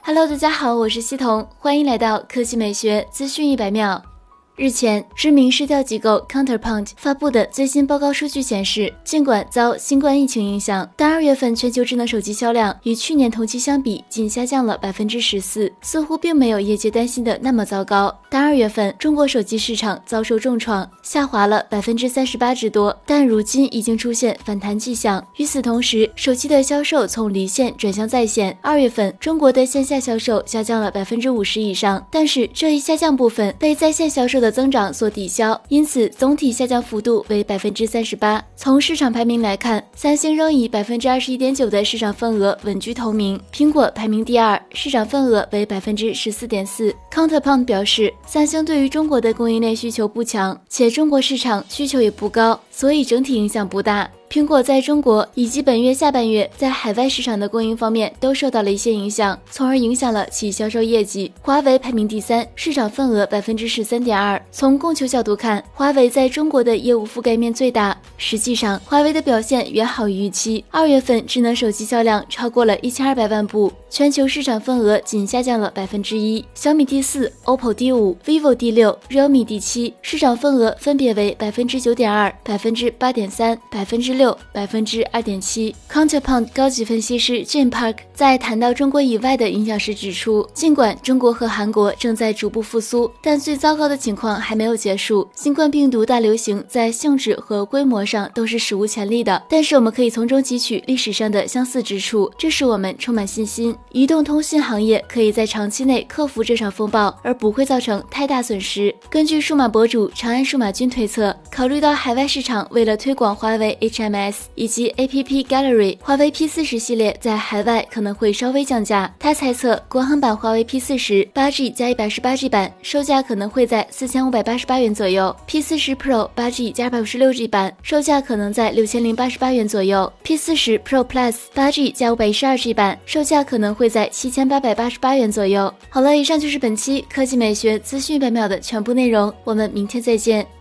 Hello， 大家好，我是西彤，欢迎来到科技美学资讯100秒。日前，知名市调机构 Counterpoint 发布的最新报告数据显示，尽管遭新冠疫情影响，但2月份全球智能手机销量与去年同期相比仅下降了 14%， 似乎并没有业界担心的那么糟糕。但2月份中国手机市场遭受重创，下滑了 38% 之多，但如今已经出现反弹迹象。与此同时，手机的销售从离线转向在线，2月份中国的线下销售下降了 50% 以上，但是这一下降部分被在线销售的增长所抵消，因此总体下降幅度为 38%。 从市场排名来看，三星仍以 21.9% 的市场份额稳居头名，苹果排名第二，市场份额为 14.4%。 Counterpoint 表示，三星对于中国的供应链需求不强，且中国市场需求也不高，所以整体影响不大。苹果在中国以及本月下半月在海外市场的供应方面都受到了一些影响，从而影响了其销售业绩。华为排名第三，市场份额 13.2%。 从供求角度看，华为在中国的业务覆盖面最大，实际上华为的表现远好于预期。2月份智能手机销量超过了1200万部，全球市场份额仅下降了 1%。 小米第4， OPPO 第5， vivo 第6， realme 第7，市场份额分别为 9.2%、8.3%、6%、2.7%。 Counterpoint 高级分析师 Jim Park 在谈到中国以外的影响时指出，尽管中国和韩国正在逐步复苏，但最糟糕的情况还没有结束。新冠病毒大流行在性质和规模上都是史无前例的，但是我们可以从中汲取历史上的相似之处，这使我们充满信心。移动通信行业可以在长期内克服这场风暴，而不会造成太大损失。根据数码博主长安数码君推测，考虑到海外市场为了推广华为 HMS 以及 App Gallery， 华为 P40 系列在海外可能会稍微降价。他猜测国行版华为 P40 8G 加 128G 版售价可能会在4588元左右， P40 Pro 8G 加 256G 版售价可能在6088元左右， P40 Pro Plus 8G 加 512G 版售价可能会在7888元左右。好了，以上就是本期科技美学资讯100秒的全部内容，我们明天再见。